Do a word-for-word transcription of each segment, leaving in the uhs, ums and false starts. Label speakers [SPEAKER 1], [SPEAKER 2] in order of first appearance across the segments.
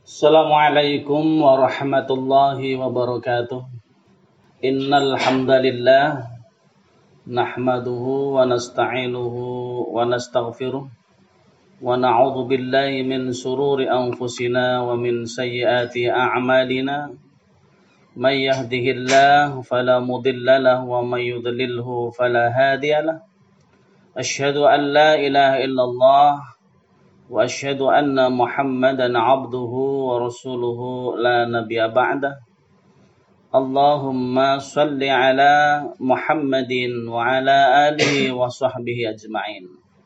[SPEAKER 1] Assalamualaikum warahmatullahi wabarakatuh. Innal hamdalillah nahmaduhu wa nasta'inuhu wa nastaghfiruh wa na'udzu billahi min shururi anfusina wa min sayyiati a'malina. May yahdihillahu fala mudilla lahu wa may yudlilhu fala hadiya lahu. Asyhadu an la ilaha illallah wa asyhadu anna Muhammadan abduhu wa rasuluhu la nabiyya ba'dah. Allahumma shalli ala Muhammadin wa ala alihi wa sahbihi ajma'in.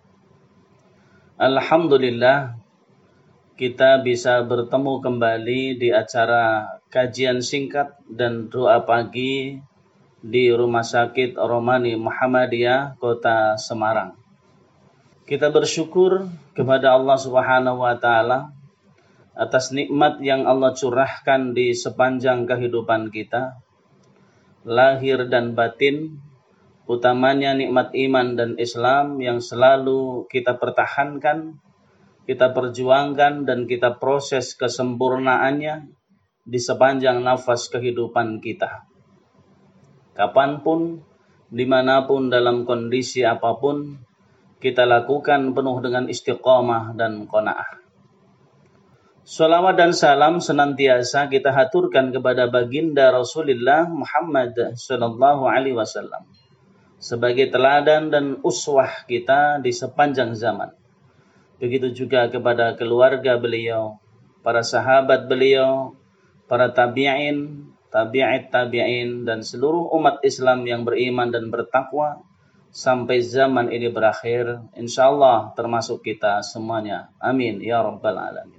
[SPEAKER 1] Alhamdulillah, kita bisa bertemu kembali di acara kajian singkat dan doa pagi di Rumah Sakit Romani Muhammadiyah Kota Semarang. Kita bersyukur kepada Allah Subhanahu wa taala atas nikmat yang Allah curahkan di sepanjang kehidupan kita, lahir dan batin, utamanya nikmat iman dan Islam yang selalu kita pertahankan, kita perjuangkan dan kita proses kesempurnaannya di sepanjang nafas kehidupan kita. Kapanpun, dimanapun, dalam kondisi apapun, kita lakukan penuh dengan istiqamah dan qanaah. Salawat dan salam senantiasa kita haturkan kepada baginda Rasulullah Muhammad sallallahu alaihi wasallam sebagai teladan dan uswah kita di sepanjang zaman. Begitu juga kepada keluarga beliau, para sahabat beliau, para tabi'in, tabi'it tabi'in, dan seluruh umat Islam yang beriman dan bertakwa sampai zaman ini berakhir, insyaallah termasuk kita semuanya. Amin ya rabbal alamin.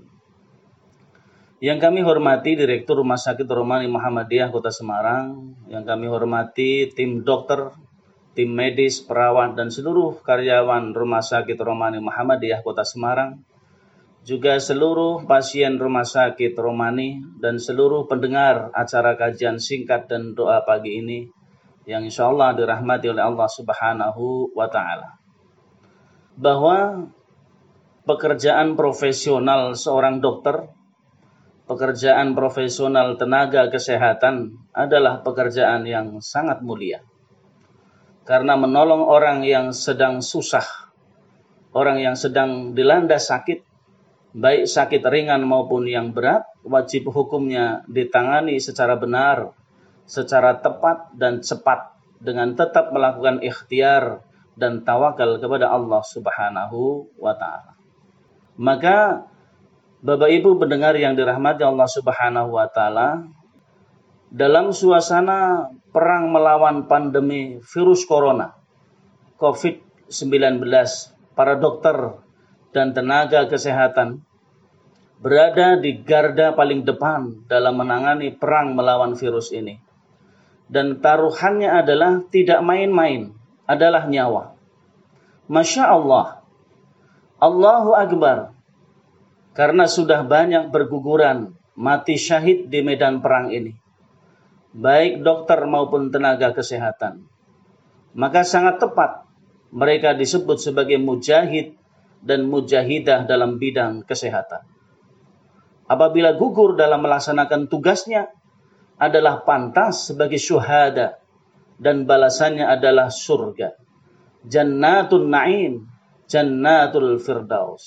[SPEAKER 1] Yang kami hormati Direktur Rumah Sakit Romani Muhammadiyah Kota Semarang, yang kami hormati tim dokter, tim medis, perawat, dan seluruh karyawan Rumah Sakit Romani Muhammadiyah Kota Semarang, juga seluruh pasien Rumah Sakit Romani, dan seluruh pendengar acara kajian singkat dan doa pagi ini, yang insyaallah dirahmati oleh Allah Subhanahu wa ta'ala. Bahwa pekerjaan profesional seorang dokter, pekerjaan profesional tenaga kesehatan adalah pekerjaan yang sangat mulia. Karena menolong orang yang sedang susah, orang yang sedang dilanda sakit, baik sakit ringan maupun yang berat, wajib hukumnya ditangani secara benar, secara tepat dan cepat, dengan tetap melakukan ikhtiar dan tawakal kepada Allah Subhanahu wa ta'ala. Maka Bapak Ibu pendengar yang dirahmati Allah Subhanahu wa ta'ala, dalam suasana perang melawan pandemi virus corona covid sembilan belas, para dokter dan tenaga kesehatan berada di garda paling depan dalam menangani perang melawan virus ini. Dan taruhannya adalah tidak main-main, adalah nyawa. Masya Allah, Allahu Akbar. Karena sudah banyak berguguran, mati syahid di medan perang ini, baik dokter maupun tenaga kesehatan. Maka sangat tepat mereka disebut sebagai mujahid dan mujahidah dalam bidang kesehatan. Apabila gugur dalam melaksanakan tugasnya, adalah pantas sebagai syuhada dan balasannya adalah surga. Jannatul Na'im, Jannatul Firdaus.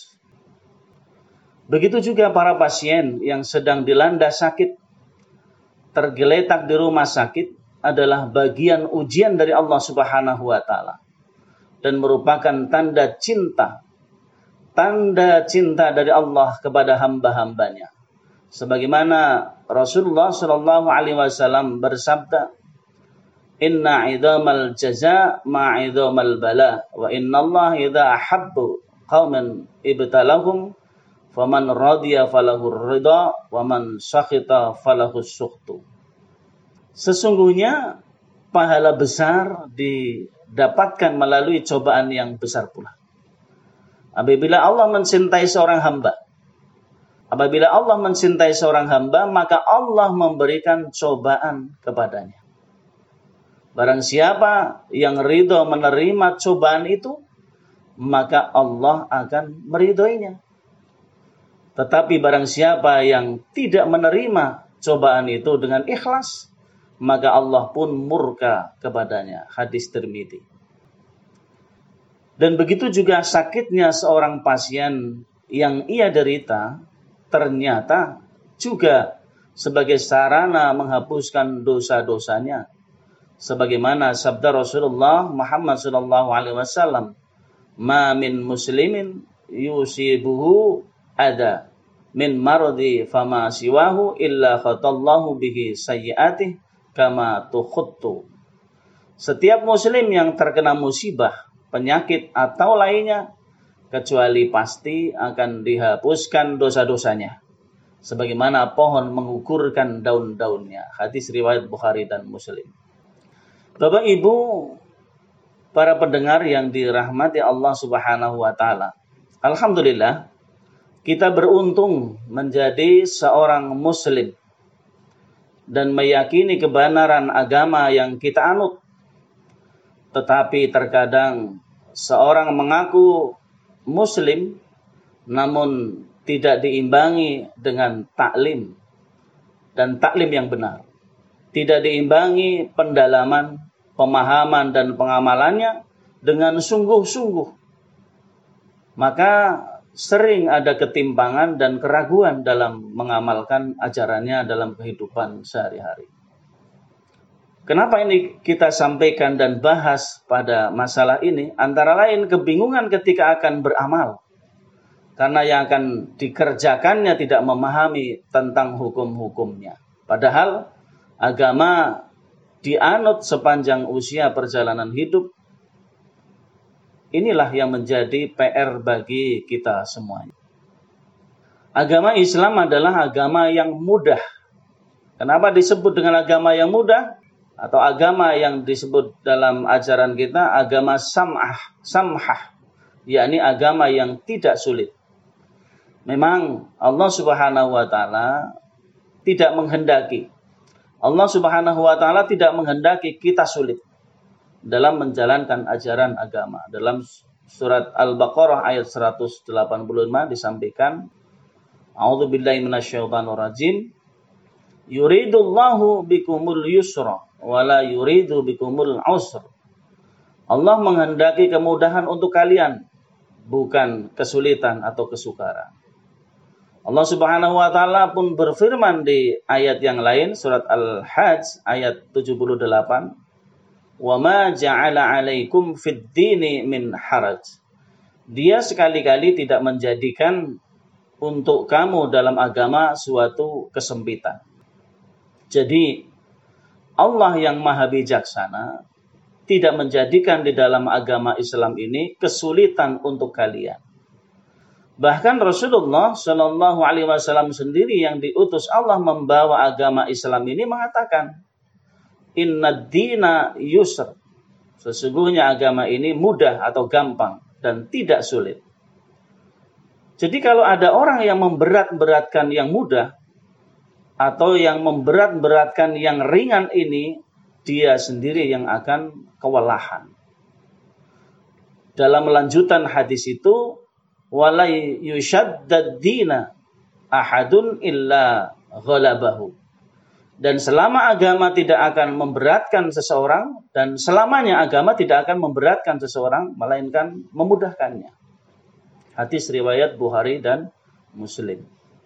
[SPEAKER 1] Begitu juga para pasien yang sedang dilanda sakit, tergeletak di rumah sakit, adalah bagian ujian dari Allah Subhanahu wa ta'ala dan merupakan tanda cinta, tanda cinta dari Allah kepada hamba-hambanya. Sebagaimana Rasulullah Shallallahu Alaihi Wasallam bersabda, Inna idhamal jaza ma'idhamal bala, wa inna Allah idha ahabbu qawman ibtalahum, faman radiya falahu ridha, wa man sakhita falahu sukhtu. Sesungguhnya pahala besar didapatkan melalui cobaan yang besar pula. Apabila Allah mencintai seorang hamba, Apabila Allah mencintai seorang hamba, maka Allah memberikan cobaan kepadanya. Barang siapa yang ridho menerima cobaan itu, maka Allah akan meridhoinya. Tetapi barang siapa yang tidak menerima cobaan itu dengan ikhlas, maka Allah pun murka kepadanya. Hadis Tirmidzi. Dan begitu juga sakitnya seorang pasien yang ia derita, ternyata juga sebagai sarana menghapuskan dosa-dosanya. Sebagaimana sabda Rasulullah Muhammad sallallahu alaihi wasallam, "Ma min muslimin yusibuhu ada min maradi fama siwahu illa khatallahu bihi sayyi'atih kama tukhuttu." Setiap muslim yang terkena musibah, penyakit atau lainnya, kecuali pasti akan dihapuskan dosa-dosanya sebagaimana pohon menggugurkan daun-daunnya. Hadis riwayat Bukhari dan Muslim. Bapak Ibu, para pendengar yang dirahmati Allah Subhanahu wa taala. Alhamdulillah, kita beruntung menjadi seorang muslim dan meyakini kebenaran agama yang kita anut. Tetapi terkadang seorang mengaku muslim namun tidak diimbangi dengan taklim dan taklim yang benar. Tidak diimbangi pendalaman, pemahaman dan pengamalannya dengan sungguh-sungguh. Maka sering ada ketimpangan dan keraguan dalam mengamalkan ajarannya dalam kehidupan sehari-hari. Kenapa ini kita sampaikan dan bahas pada masalah ini? Antara lain kebingungan ketika akan beramal. Karena yang akan dikerjakannya tidak memahami tentang hukum-hukumnya. Padahal agama dianut sepanjang usia perjalanan hidup. Inilah yang menjadi P R bagi kita semuanya. Agama Islam adalah agama yang mudah. Kenapa disebut dengan agama yang mudah? Atau agama yang disebut dalam ajaran kita agama sam'ah, samhah, yakni agama yang tidak sulit. Memang Allah Subhanahu wa taala tidak menghendaki. Allah Subhanahu wa taala tidak menghendaki kita sulit dalam menjalankan ajaran agama. Dalam surat Al-Baqarah ayat seratus delapan puluh lima disampaikan, A'udzubillahi minasyaitonir rajim. Yuridullahu bikumul yusra wala yuridu bikumul usra. Allah menghendaki kemudahan untuk kalian, bukan kesulitan atau kesukaran. Allah Subhanahu wa taala pun berfirman di ayat yang lain, surat Al-Hajj ayat tujuh puluh delapan, "Wa ma ja'ala 'alaikum fid dini min haraj." Dia sekali-kali tidak menjadikan untuk kamu dalam agama suatu kesempitan. Jadi Allah yang Maha Bijaksana tidak menjadikan di dalam agama Islam ini kesulitan untuk kalian. Bahkan Rasulullah Shallallahu Alaihi Wasallam sendiri yang diutus Allah membawa agama Islam ini mengatakan, Inna dina yusr. Sesungguhnya agama ini mudah atau gampang dan tidak sulit. Jadi kalau ada orang yang memberat-beratkan yang mudah atau yang memberat-beratkan yang ringan ini, dia sendiri yang akan kewalahan. Dalam lanjutan hadis itu, wala yushaddad dina ahadun illa ghalabahu. Dan selama agama tidak akan memberatkan seseorang, dan selamanya agama tidak akan memberatkan seseorang, melainkan memudahkannya. Hadis riwayat Bukhari dan Muslim.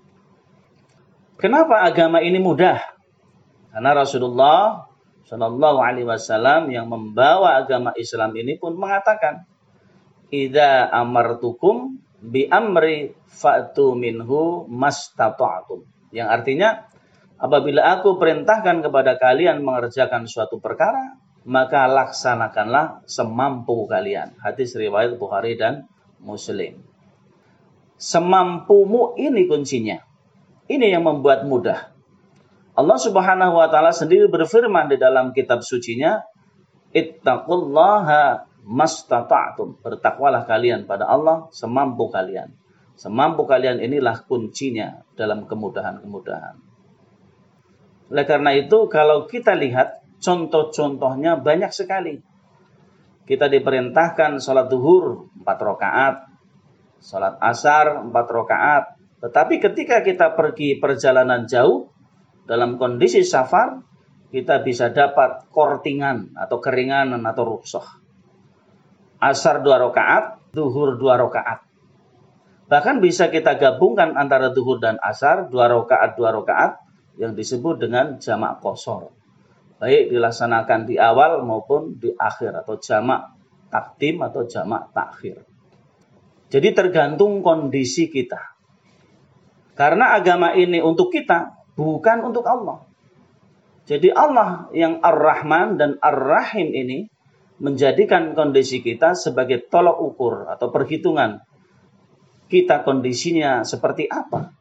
[SPEAKER 1] Kenapa agama ini mudah? Karena Rasulullah Shallallahu Alaihi Wasallam yang membawa agama Islam ini pun mengatakan, Idza amartukum bi amri fa'tu minhu mastata'tum. Yang artinya, apabila aku perintahkan kepada kalian mengerjakan suatu perkara, maka laksanakanlah semampu kalian. Hadis riwayat Bukhari dan Muslim. Semampumu ini kuncinya. Ini yang membuat mudah. Allah Subhanahu wa taala sendiri berfirman di dalam kitab sucinya, Ittaqullaha mastata'tum. Bertakwalah kalian pada Allah semampu kalian. Semampu kalian inilah kuncinya dalam kemudahan-kemudahan. Oleh karena itu, kalau kita lihat contoh-contohnya banyak sekali. Kita diperintahkan sholat duhur empat rakaat, sholat asar empat rakaat, Tetapi ketika kita pergi perjalanan jauh, dalam kondisi safar, kita bisa dapat kortingan atau keringanan atau rukhsah. Asar dua rakaat, zuhur dua rakaat. Bahkan bisa kita gabungkan antara zuhur dan asar, dua rakaat, dua rakaat, yang disebut dengan jamak qashar. Baik dilaksanakan di awal maupun di akhir, atau jamak takdim atau jamak takhir. Jadi tergantung kondisi kita. Karena agama ini untuk kita, bukan untuk Allah. Jadi Allah yang Ar-Rahman dan Ar-Rahim ini menjadikan kondisi kita sebagai tolok ukur atau perhitungan. Kita kondisinya seperti apa?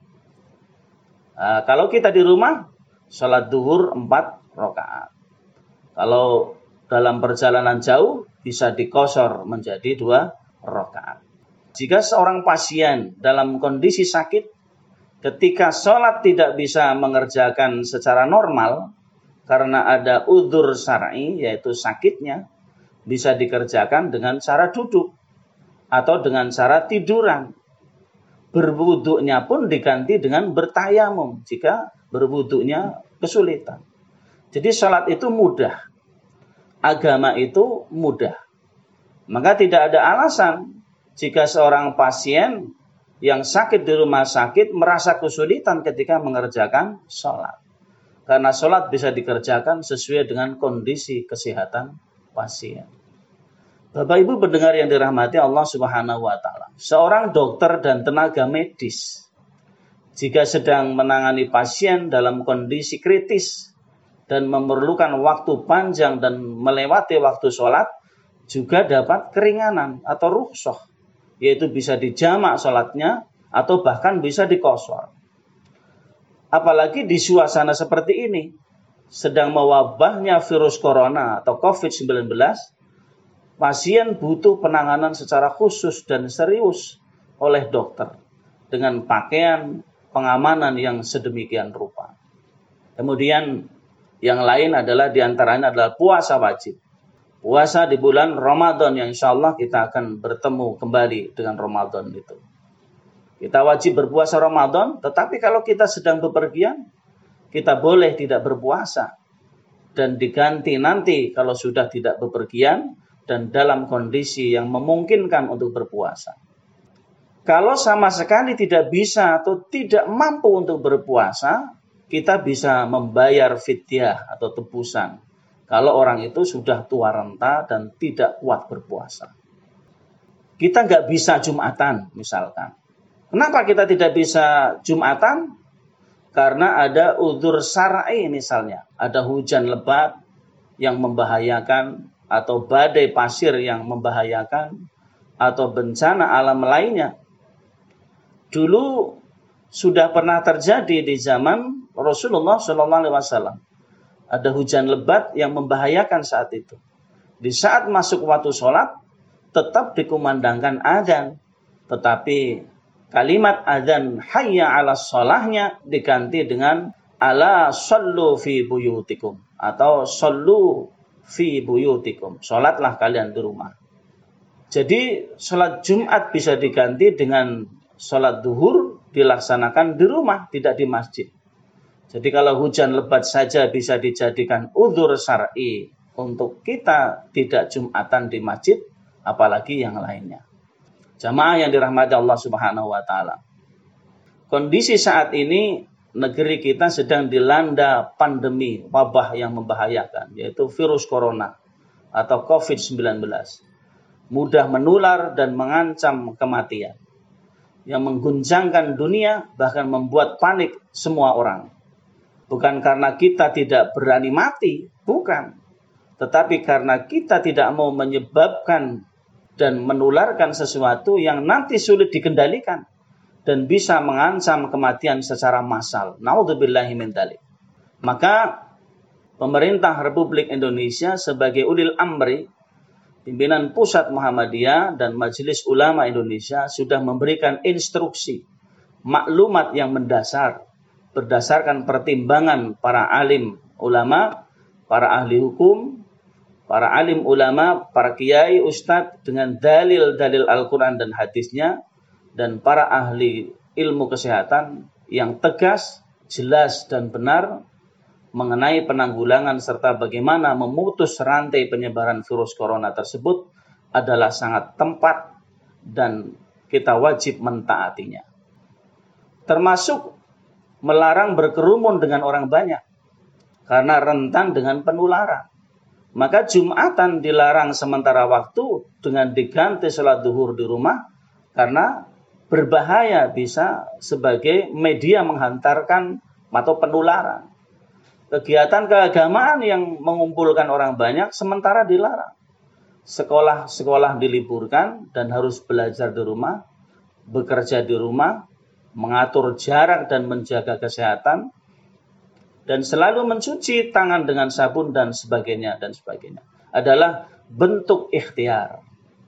[SPEAKER 1] Nah, kalau kita di rumah, sholat duhur empat rakaat. Kalau dalam perjalanan jauh, bisa dikosor menjadi dua rakaat. Jika seorang pasien dalam kondisi sakit, ketika sholat tidak bisa mengerjakan secara normal, karena ada udzur syar'i, yaitu sakitnya, bisa dikerjakan dengan cara duduk, atau dengan cara tiduran. Berwuduknya pun diganti dengan bertayamum, jika berwuduknya kesulitan. Jadi sholat itu mudah. Agama itu mudah. Maka tidak ada alasan jika seorang pasien yang sakit di rumah sakit merasa kesulitan ketika mengerjakan sholat. Karena sholat bisa dikerjakan sesuai dengan kondisi kesehatan pasien. Bapak Ibu pendengar yang dirahmati Allah Subhanahu wa Ta'ala. Seorang dokter dan tenaga medis, jika sedang menangani pasien dalam kondisi kritis dan memerlukan waktu panjang dan melewati waktu sholat, juga dapat keringanan atau rukhsah. Yaitu bisa dijamak sholatnya atau bahkan bisa dikosor. Apalagi di suasana seperti ini, sedang mewabahnya virus corona atau covid sembilan belas, pasien butuh penanganan secara khusus dan serius oleh dokter dengan pakaian pengamanan yang sedemikian rupa. Kemudian yang lain adalah diantaranya adalah puasa wajib. Puasa di bulan Ramadan yang insya Allah kita akan bertemu kembali dengan Ramadan itu. Kita wajib berpuasa Ramadan, tetapi kalau kita sedang bepergian, kita boleh tidak berpuasa. Dan diganti nanti kalau sudah tidak bepergian dan dalam kondisi yang memungkinkan untuk berpuasa. Kalau sama sekali tidak bisa atau tidak mampu untuk berpuasa, kita bisa membayar fidyah atau tebusan. Kalau orang itu sudah tua renta dan tidak kuat berpuasa. Kita nggak bisa Jumatan misalkan. Kenapa kita tidak bisa Jumatan? Karena ada udzur syar'i misalnya. Ada hujan lebat yang membahayakan, atau badai pasir yang membahayakan, atau bencana alam lainnya. Dulu sudah pernah terjadi di zaman Rasulullah shallallahu alaihi wasallam. Ada hujan lebat yang membahayakan saat itu. Di saat masuk waktu sholat, tetap dikumandangkan adzan. Tetapi kalimat adzan hayya ala sholahnya diganti dengan ala sallu fi buyutikum. Atau sallu fi buyutikum. Sholatlah kalian di rumah. Jadi sholat Jumat bisa diganti dengan sholat duhur dilaksanakan di rumah, tidak di masjid. Jadi kalau hujan lebat saja bisa dijadikan udzur syar'i untuk kita tidak Jumatan di masjid, apalagi yang lainnya. Jamaah yang dirahmati Allah Subhanahu wa Ta'ala. Kondisi saat ini negeri kita sedang dilanda pandemi wabah yang membahayakan, yaitu virus corona atau covid sembilan belas. Mudah menular dan mengancam kematian, yang mengguncangkan dunia, bahkan membuat panik semua orang. Bukan karena kita tidak berani mati, bukan. Tetapi karena kita tidak mau menyebabkan dan menularkan sesuatu yang nanti sulit dikendalikan dan bisa mengancam kematian secara massal. Naudzubillahi min dzalik. Maka pemerintah Republik Indonesia sebagai ulil amri, pimpinan Pusat Muhammadiyah dan Majelis Ulama Indonesia sudah memberikan instruksi, maklumat yang mendasar berdasarkan pertimbangan para alim ulama, para ahli hukum, para alim ulama, para kiai, ustadz dengan dalil-dalil Al-Quran dan hadisnya, dan para ahli ilmu kesehatan yang tegas, jelas dan benar mengenai penanggulangan serta bagaimana memutus rantai penyebaran virus corona tersebut adalah sangat tepat dan kita wajib mentaatinya. Termasuk melarang berkerumun dengan orang banyak karena rentan dengan penularan. Maka Jumatan dilarang sementara waktu dengan diganti sholat duhur di rumah karena berbahaya, bisa sebagai media menghantarkan atau penularan. Kegiatan keagamaan yang mengumpulkan orang banyak sementara dilarang. Sekolah-sekolah diliburkan dan harus belajar di rumah, bekerja di rumah, mengatur jarak dan menjaga kesehatan, dan selalu mencuci tangan dengan sabun dan sebagainya dan sebagainya adalah bentuk ikhtiar,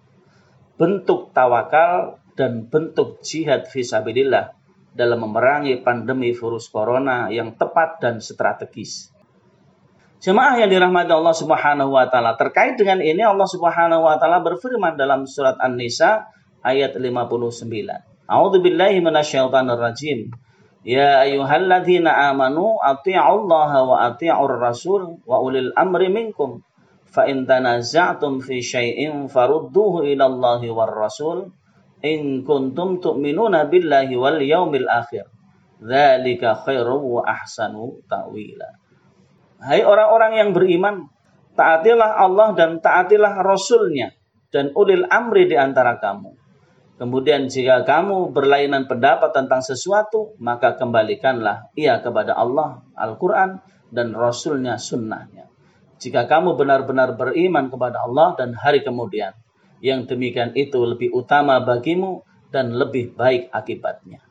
[SPEAKER 1] bentuk tawakal dan bentuk jihad fisabilillah dalam memerangi pandemi virus corona yang tepat dan strategis. Jemaah yang dirahmati Allah Subhanahu wa taala, terkait dengan ini Allah Subhanahu wa taala berfirman dalam surat An-Nisa ayat lima puluh sembilan. A'udzubillahi minasyaitonir rajim. Ya ayyuhalladzina amanu athi'ullaha wa athi'ur rasul wa ulil amri minkum fa in tanaza'tum fi syai'in farudduhu ila Allahi war rasul in kuntum tu'minuna billahi wal yaumil akhir dzalika khairu wa ahsanu ta'wila. Hai orang-orang yang beriman, taatilah Allah dan taatilah Rasulnya dan ulil amri di antara kamu. Kemudian jika kamu berlainan pendapat tentang sesuatu, maka kembalikanlah ia kepada Allah, Al-Quran, dan Rasulnya, sunnahnya. Jika kamu benar-benar beriman kepada Allah dan hari kemudian, yang demikian itu lebih utama bagimu dan lebih baik akibatnya.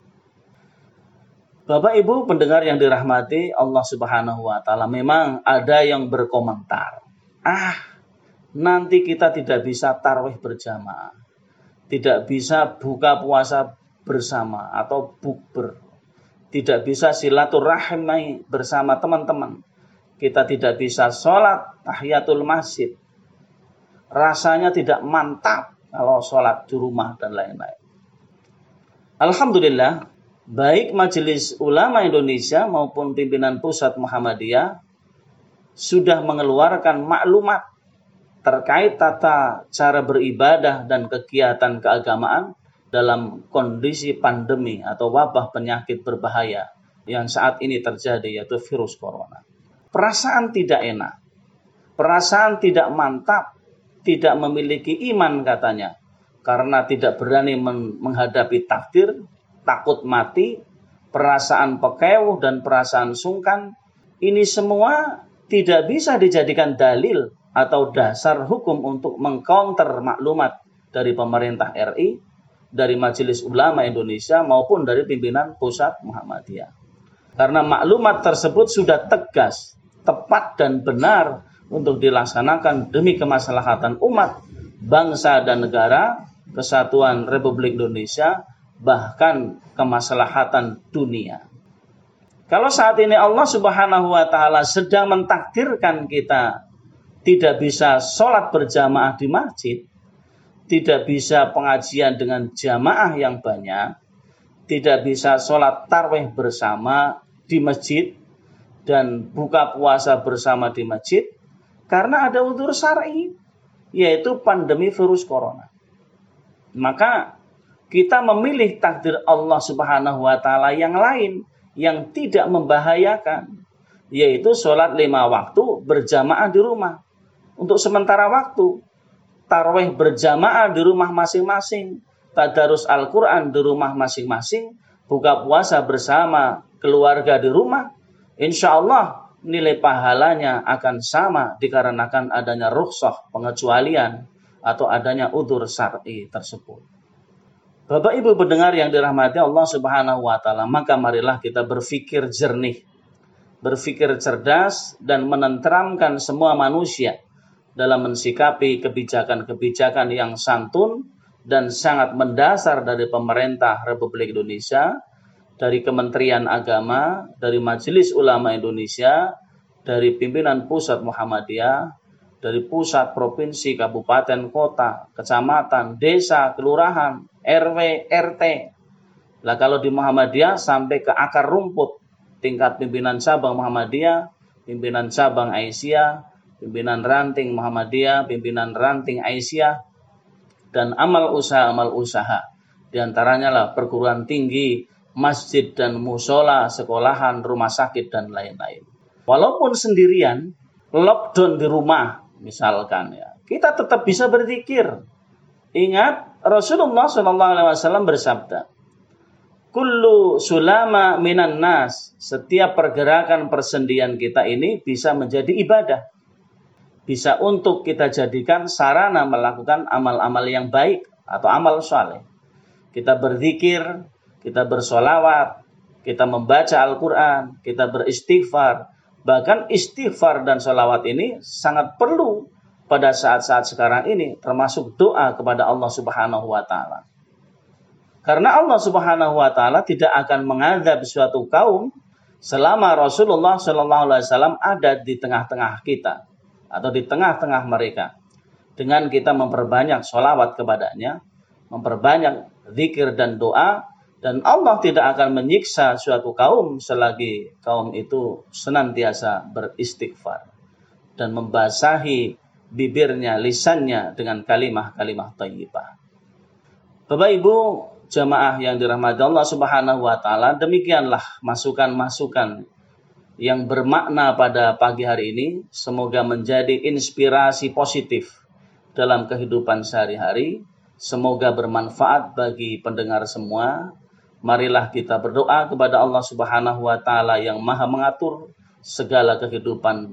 [SPEAKER 1] Bapak Ibu pendengar yang dirahmati Allah Subhanahu wa taala, memang ada yang berkomentar, ah nanti kita tidak bisa tarawih berjamaah, tidak bisa buka puasa bersama atau bukber, tidak bisa silaturahim bersama teman-teman, kita tidak bisa sholat tahiyatul masjid, rasanya tidak mantap kalau sholat di rumah dan lain-lain. Alhamdulillah, baik Majelis Ulama Indonesia maupun pimpinan Pusat Muhammadiyah sudah mengeluarkan maklumat terkait tata cara beribadah dan kegiatan keagamaan dalam kondisi pandemi atau wabah penyakit berbahaya yang saat ini terjadi, yaitu virus corona. Perasaan tidak enak, perasaan tidak mantap, tidak memiliki iman katanya, karena tidak berani menghadapi takdir, takut mati, perasaan pekewuh dan perasaan sungkan. Ini semua tidak bisa dijadikan dalil atau dasar hukum untuk mengcounter maklumat dari pemerintah R I, dari Majelis Ulama Indonesia maupun dari pimpinan Pusat Muhammadiyah. Karena maklumat tersebut sudah tegas, tepat dan benar untuk dilaksanakan demi kemaslahatan umat, bangsa dan negara, kesatuan Republik Indonesia, bahkan kemaslahatan dunia. Kalau saat ini Allah Subhanahu wa taala sedang mentakdirkan kita tidak bisa sholat berjamaah di masjid, tidak bisa pengajian dengan jamaah yang banyak, tidak bisa sholat tarawih bersama di masjid, dan buka puasa bersama di masjid, karena ada udzur syar'i, yaitu pandemi virus corona. Maka kita memilih takdir Allah Subhanahu wa taala yang lain, yang tidak membahayakan, yaitu sholat lima waktu berjamaah di rumah. Untuk sementara waktu, tarawih berjamaah di rumah masing-masing, tadarus Al-Quran di rumah masing-masing, buka puasa bersama keluarga di rumah, insya Allah nilai pahalanya akan sama dikarenakan adanya rukhsah, pengecualian, atau adanya udzur syar'i tersebut. Bapak Ibu pendengar yang dirahmati Allah Subhanahu wa taala, maka marilah kita berpikir jernih, berpikir cerdas dan menenteramkan semua manusia dalam mensikapi kebijakan-kebijakan yang santun dan sangat mendasar dari pemerintah Republik Indonesia, dari Kementerian Agama, dari Majelis Ulama Indonesia, dari pimpinan Pusat Muhammadiyah, dari pusat, provinsi, kabupaten, kota, kecamatan, desa, kelurahan, R W, R T, Lah kalau di Muhammadiyah sampai ke akar rumput, tingkat pimpinan cabang Muhammadiyah, pimpinan cabang Aisyah, pimpinan ranting Muhammadiyah, pimpinan ranting Aisyah, dan amal usaha-amal usaha. Di antaranya lah perguruan tinggi, masjid dan musola, sekolahan, rumah sakit, dan lain-lain. Walaupun sendirian, lockdown di rumah misalkan ya, kita tetap bisa berzikir. Ingat Rasulullah shallallahu alaihi wasallam bersabda, kullu sulama minan nas, setiap pergerakan persendian kita ini bisa menjadi ibadah. Bisa untuk kita jadikan sarana melakukan amal-amal yang baik atau amal saleh. Kita berzikir, kita bersolawat, kita membaca Al-Quran, kita beristighfar. Bahkan istighfar dan sholawat ini sangat perlu pada saat-saat sekarang ini, termasuk doa kepada Allah Subhanahu wa Ta'ala. Karena Allah Subhanahu wa Ta'ala tidak akan mengadab suatu kaum selama Rasulullah shallallahu alaihi wasallam ada di tengah-tengah kita atau di tengah-tengah mereka. Dengan kita memperbanyak sholawat kepadanya, memperbanyak zikir dan doa, dan Allah tidak akan menyiksa suatu kaum selagi kaum itu senantiasa beristighfar dan membasahi bibirnya, lisannya dengan kalimah-kalimah thayyibah. Bapak Ibu jamaah yang dirahmati Allah Subhanahu wa Ta'ala, demikianlah masukan-masukan yang bermakna pada pagi hari ini. Semoga menjadi inspirasi positif dalam kehidupan sehari-hari. Semoga bermanfaat bagi pendengar semua. Marilah kita berdoa kepada Allah Subhanahu wa Ta'ala yang Maha mengatur segala kehidupan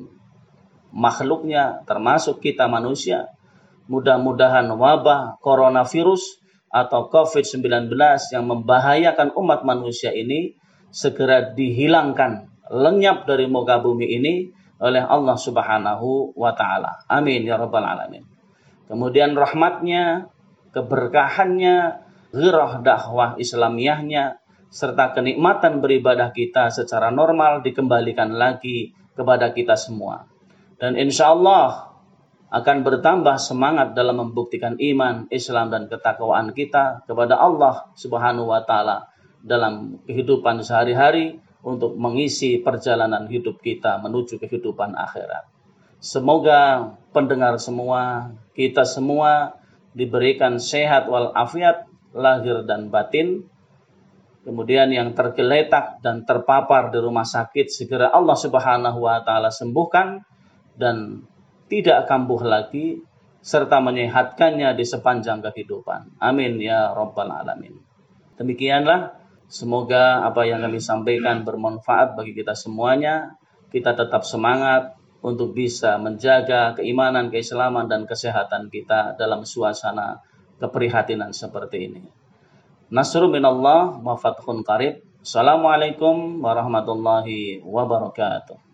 [SPEAKER 1] makhluknya, termasuk kita manusia. Mudah-mudahan wabah coronavirus atau covid sembilan belas yang membahayakan umat manusia ini segera dihilangkan, lenyap dari muka bumi ini oleh Allah Subhanahu wa Ta'ala. Amin ya rabbal alamin. Kemudian rahmatnya, keberkahannya, ghirah dakwah Islamiyahnya, serta kenikmatan beribadah kita secara normal dikembalikan lagi kepada kita semua. Dan insya Allah akan bertambah semangat dalam membuktikan iman, Islam, dan ketakwaan kita kepada Allah Subhanahu wa Ta'ala dalam kehidupan sehari-hari untuk mengisi perjalanan hidup kita menuju kehidupan akhirat. Semoga pendengar semua, kita semua diberikan sehat walafiat lahir dan batin. Kemudian yang tergeletak dan terpapar di rumah sakit segera Allah Subhanahu wa Ta'ala sembuhkan dan tidak kambuh lagi, serta menyehatkannya di sepanjang kehidupan. Amin ya rabbal alamin. Demikianlah, semoga apa yang kami sampaikan bermanfaat bagi kita semuanya. Kita tetap semangat untuk bisa menjaga keimanan, keislaman, dan kesehatan kita dalam suasana keprihatinan seperti ini. Nasrun minallah wa fathun qarib. Assalamualaikum warahmatullahi wabarakatuh.